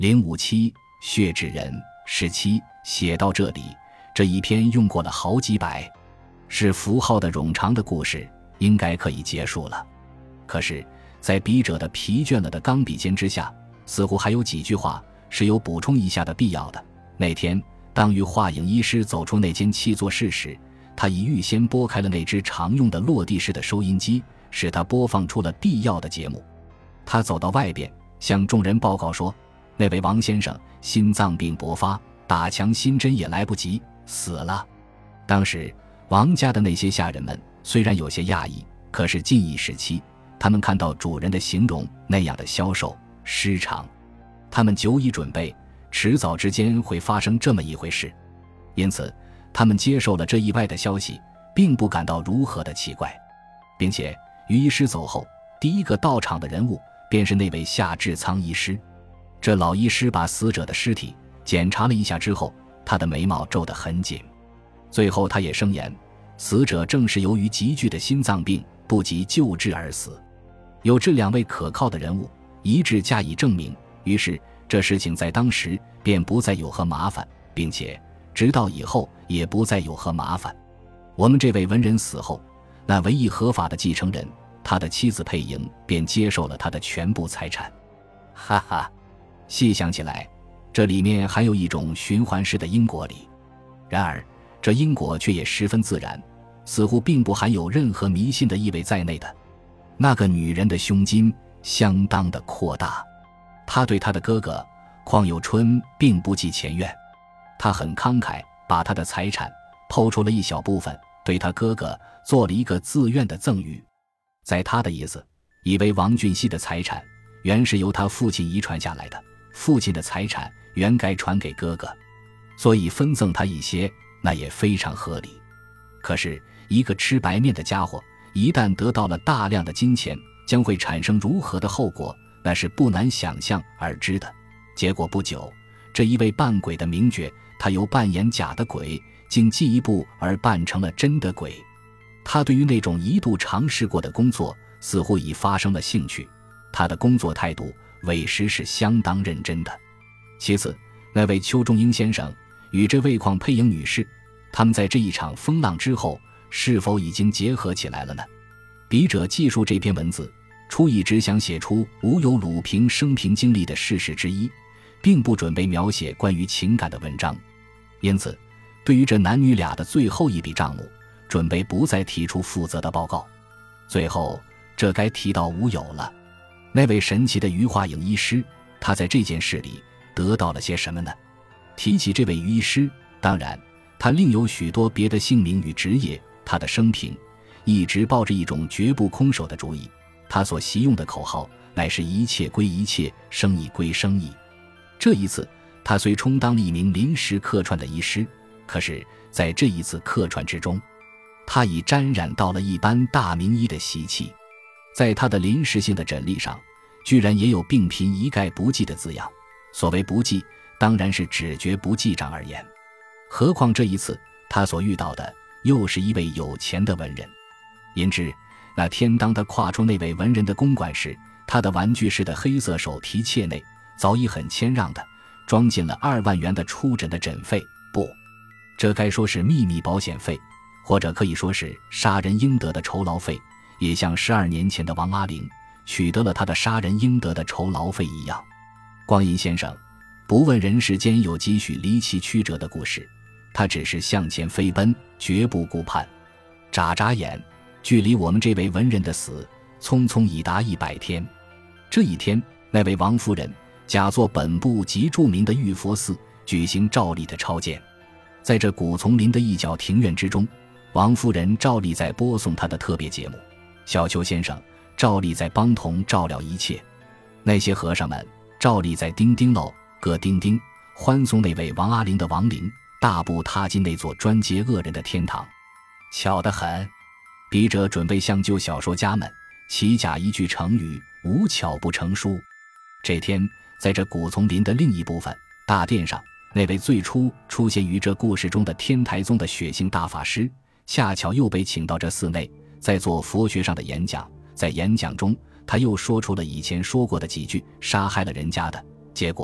057血指人17写到这里，这一篇用过了好几百，是符号的冗长的故事，应该可以结束了。可是在笔者的疲倦了的钢笔尖之下，似乎还有几句话是有补充一下的必要的。那天当于画影医师走出那间契作室时，他已预先拨开了那只常用的落地式的收音机，使他播放出了必要的节目。他走到外边，向众人报告说，那位王先生心脏病勃发，打强心针也来不及，死了。当时王家的那些下人们虽然有些讶异，可是近一时期他们看到主人的形容那样的消瘦失常，他们久已准备迟早之间会发生这么一回事，因此他们接受了这意外的消息，并不感到如何的奇怪。并且于医师走后，第一个到场的人物便是那位夏志仓医师。这老医师把死者的尸体检查了一下之后，他的眉毛皱得很紧。最后他也声言，死者正是由于急剧的心脏病不及救治而死。有这两位可靠的人物一致加以证明，于是这事情在当时便不再有何麻烦，并且直到以后也不再有何麻烦。我们这位文人死后，那唯一合法的继承人他的妻子佩莹便接受了他的全部财产。哈哈，细想起来，这里面还有一种循环式的因果理。然而这因果却也十分自然，似乎并不含有任何迷信的意味在内的。那个女人的胸襟相当的扩大，她对她的哥哥邝有春并不计前怨，她很慷慨，把她的财产剖出了一小部分，对她哥哥做了一个自愿的赠与。在她的意思，以为王俊熙的财产原是由他父亲遗传下来的，父亲的财产原该传给哥哥，所以分赠他一些，那也非常合理。可是一个吃白面的家伙一旦得到了大量的金钱，将会产生如何的后果，那是不难想象而知的。结果不久，这一位扮鬼的名角，他由扮演假的鬼竟进一步而扮成了真的鬼。他对于那种一度尝试过的工作似乎已发生了兴趣，他的工作态度委实是相当认真的。其次，那位邱仲英先生与这位邝佩莹女士，他们在这一场风浪之后是否已经结合起来了呢？笔者记述这篇文字初一直想写出无有鲁平生平经历的事实之一，并不准备描写关于情感的文章，因此对于这男女俩的最后一笔账目，准备不再提出负责的报告。最后这该提到吴友了，那位神奇的余化影医师，他在这件事里得到了些什么呢？提起这位余医师，当然他另有许多别的姓名与职业。他的生平一直抱着一种绝不空手的主意，他所习用的口号乃是一切归一切，生意归生意。这一次他虽充当了一名临时客串的医师，可是在这一次客串之中，他已沾染到了一般大名医的习气。在他的临时性的诊历上，居然也有病贫一概不记的字样。所谓不记，当然是只绝不记账而言。何况这一次他所遇到的又是一位有钱的文人。因之那天当他跨出那位文人的公馆时，他的玩具式的黑色手提切内早已很谦让地装进了2万元的出诊的诊费，不，这该说是秘密保险费，或者可以说是杀人应得的酬劳费，也像12年前的王阿玲取得了他的杀人应得的酬劳费一样。光阴先生不问人世间有几许离奇曲折的故事，他只是向前飞奔，绝不顾盼。眨眨眼，距离我们这位文人的死匆匆已达100天。这一天，那位王夫人假作本部极著名的玉佛寺举行照例的超荐。在这古丛林的一角庭院之中，王夫人照例在播送她的特别节目，小邱先生照例在帮同照料一切，那些和尚们照例在叮叮喽各叮叮欢送那位王阿玲的亡灵大步踏进那座专接恶人的天堂。巧得很，笔者准备向旧小说家们起假一句成语，无巧不成书。这天在这古丛林的另一部分大殿上，那位最初出现于这故事中的天台宗的血性大法师，恰巧又被请到这寺内，在做佛学上的演讲。在演讲中，他又说出了以前说过的几句杀害了人家的，结果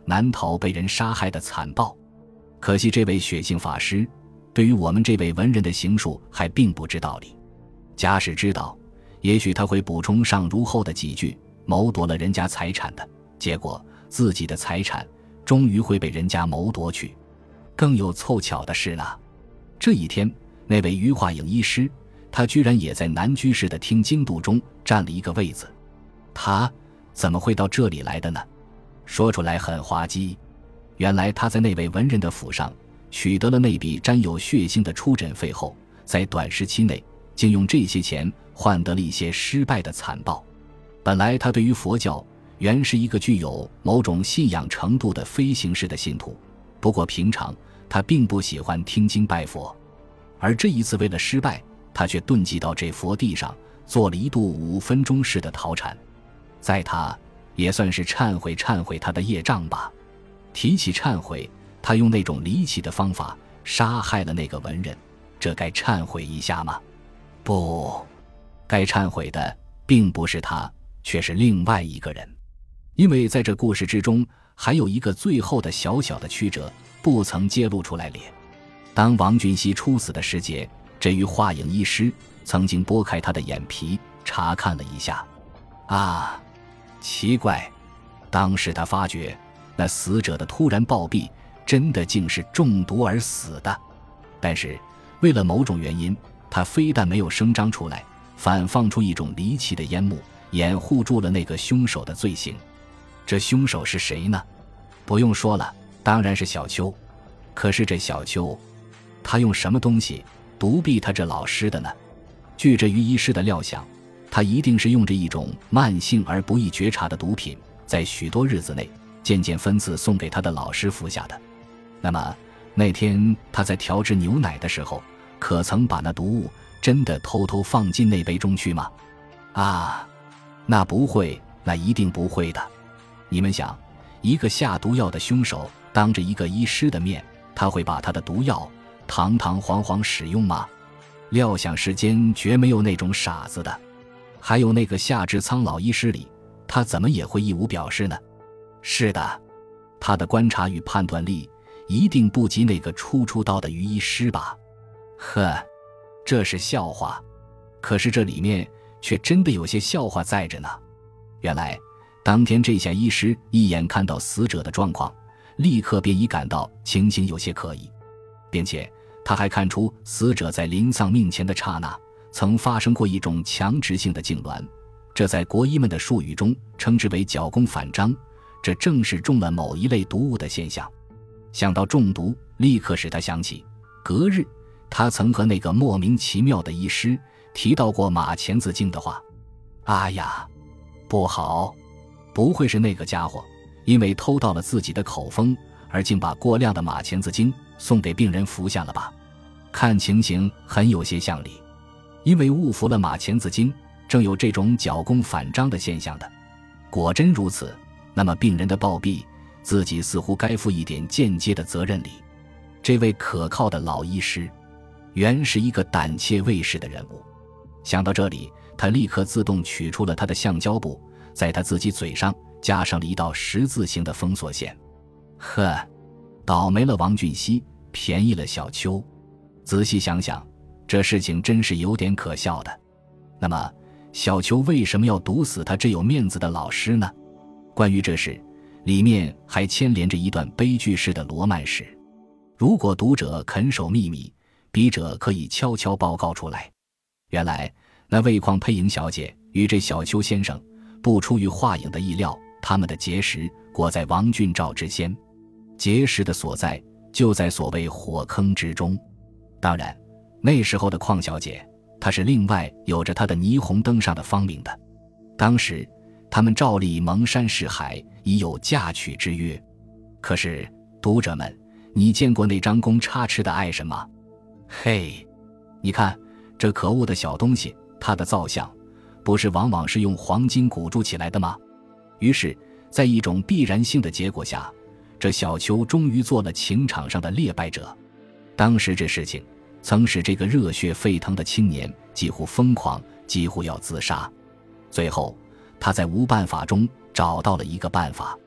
难逃被人杀害的惨报。可惜这位血性法师对于我们这位文人的行述还并不知道理，假使知道，也许他会补充上如后的几句，谋夺了人家财产的，结果自己的财产终于会被人家谋夺去。更有凑巧的是呢，这一天那位于化影医师，他居然也在南居士的听经度中占了一个位子。他怎么会到这里来的呢？说出来很滑稽，原来他在那位文人的府上取得了那笔沾有血腥的出诊费后，在短时期内竟用这些钱换得了一些失败的惨报。本来他对于佛教原是一个具有某种信仰程度的非形式的信徒，不过平常他并不喜欢听经拜佛，而这一次为了失败，他却遁迹到这佛地上做了一度5分钟式的逃禅。在他也算是忏悔他的业障吧。提起忏悔，他用那种离奇的方法杀害了那个文人，这该忏悔一下吗？不，该忏悔的并不是他，却是另外一个人。因为在这故事之中还有一个最后的小小的曲折不曾揭露出来咧。当王俊熙处死的时节，这于化影医师曾经拨开他的眼皮查看了一下。啊，奇怪，当时他发觉那死者的突然暴毙真的竟是中毒而死的。但是为了某种原因，他非但没有声张出来，反放出一种离奇的烟幕，掩护住了那个凶手的罪行。这凶手是谁呢？不用说了，当然是小邱。可是这小邱，他用什么东西毒毙他这老师的呢？据这于医师的料想，他一定是用着一种慢性而不易觉察的毒品，在许多日子内渐渐分次送给他的老师服下的。那么那天他在调制牛奶的时候，可曾把那毒物真的偷偷放进那杯中去吗？啊，那不会，那一定不会的。你们想，一个下毒药的凶手当着一个医师的面，他会把他的毒药堂堂皇皇使用吗？料想世间绝没有那种傻子的。还有那个下至苍老医师里，他怎么也会一无表示呢？是的，他的观察与判断力一定不及那个出道的于医师吧？呵，这是笑话，可是这里面却真的有些笑话在着呢。原来当天这下医师一眼看到死者的状况，立刻便已感到情形有些可疑，并且他还看出死者在临丧命前的刹那曾发生过一种强直性的痉挛，这在国医们的术语中称之为脚弓反张，这正是中了某一类毒物的现象。想到中毒，立刻使他想起隔日他曾和那个莫名其妙的医师提到过马钱子经的话。啊呀，不好，不会是那个家伙因为偷到了自己的口风，而竟把过量的马钱子经送给病人服下了吧？看情形很有些像理，因为误服了马钱子经，正有这种脚弓反张的现象的。果真如此，那么病人的暴毙，自己似乎该负一点间接的责任里。这位可靠的老医师，原是一个胆怯畏事的人物。想到这里，他立刻自动取出了他的橡胶布，在他自己嘴上加上了一道十字形的封锁线。呵，倒霉了王俊熙，便宜了小邱。仔细想想，这事情真是有点可笑的。那么小邱为什么要毒死他这有面子的老师呢？关于这事，里面还牵连着一段悲剧式的罗曼史。如果读者肯守秘密，笔者可以悄悄报告出来。原来那魏邝佩莹小姐与这小邱先生不出于华影的意料，他们的结识果在王俊照之先。结识的所在就在所谓火坑之中。当然那时候的邝小姐，她是另外有着她的霓虹灯上的芳名的。当时他们照例蒙山誓海，已有嫁娶之约。可是读者们，你见过那张公插翅的爱神吗？嘿，你看这可恶的小东西，它的造像不是往往是用黄金鼓筑起来的吗？于是在一种必然性的结果下，这小邱终于做了情场上的劣败者。当时这事情曾使这个热血沸腾的青年几乎疯狂，几乎要自杀。最后他在无办法中找到了一个办法。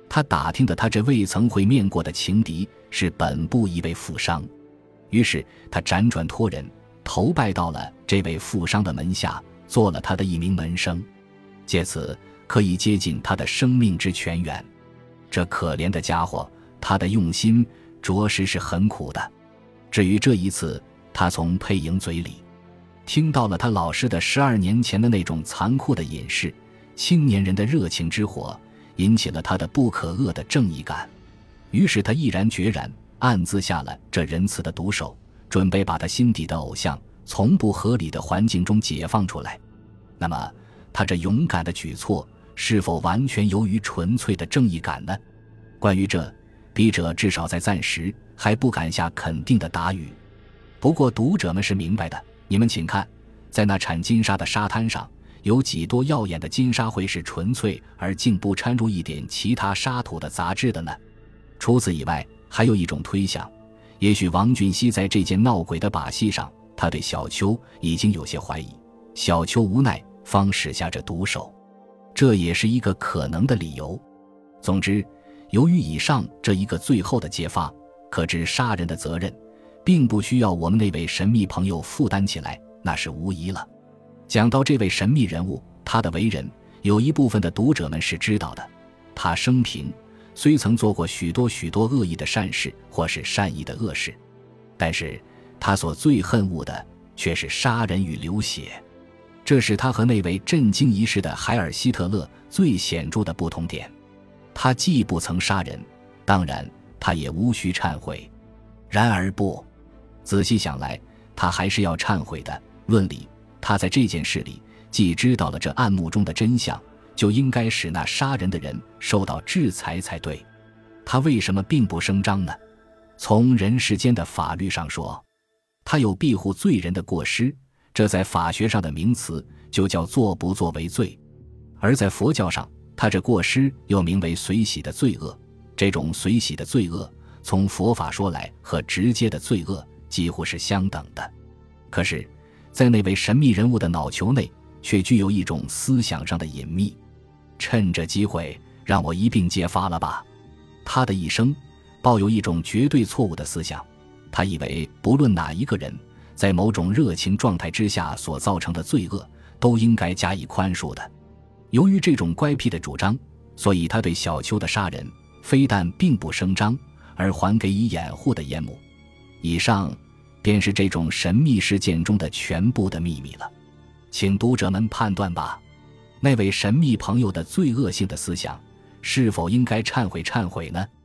他打听的他这未曾会面过的情敌是本部一位富商，于是他辗转托人投拜到了这位富商的门下，做了他的一名门生，借此可以接近他的生命之泉源。这可怜的家伙，他的用心着实是很苦的。至于这一次，他从佩莹嘴里听到了他老师的12年前的那种残酷的隐士，青年人的热情之火引起了他的不可遏的正义感，于是他毅然决然暗自下了这仁慈的毒手，准备把他心底的偶像从不合理的环境中解放出来。那么他这勇敢的举措是否完全由于纯粹的正义感呢？关于这，笔者至少在暂时还不敢下肯定的答语。不过读者们是明白的，你们请看，在那产金沙的沙滩上，有几多耀眼的金沙会是纯粹而竟不掺入一点其他沙土的杂质的呢？除此以外，还有一种推想，也许王俊熙在这件闹鬼的把戏上，他对小秋已经有些怀疑，小秋无奈方使下这毒手，这也是一个可能的理由。总之，由于以上这一个最后的揭发，可知杀人的责任并不需要我们那位神秘朋友负担起来，那是无疑了。讲到这位神秘人物，他的为人，有一部分的读者们是知道的。他生平虽曾做过许多恶意的善事，或是善意的恶事，但是他所最恨恶的却是杀人与流血，这是他和那位震惊一世的海尔希特勒最显著的不同点。他既不曾杀人，当然他也无需忏悔。然而不，仔细想来，他还是要忏悔的。论理，他在这件事里既知道了这暗幕中的真相，就应该使那杀人的人受到制裁才对。他为什么并不声张呢？从人世间的法律上说，他有庇护罪人的过失，这在法学上的名词就叫做不作为罪。而在佛教上，他这过失又名为随喜的罪恶。这种随喜的罪恶，从佛法说来和直接的罪恶几乎是相等的。可是在那位神秘人物的脑球内却具有一种思想上的隐秘，趁着机会让我一并揭发了吧。他的一生抱有一种绝对错误的思想，他以为不论哪一个人在某种热情状态之下所造成的罪恶都应该加以宽恕的。由于这种乖僻的主张，所以他对小秋的杀人非但并不声张，而还给以掩护的烟幕。以上便是这种神秘事件中的全部的秘密了，请读者们判断吧。那位神秘朋友的罪恶性的思想，是否应该忏悔呢？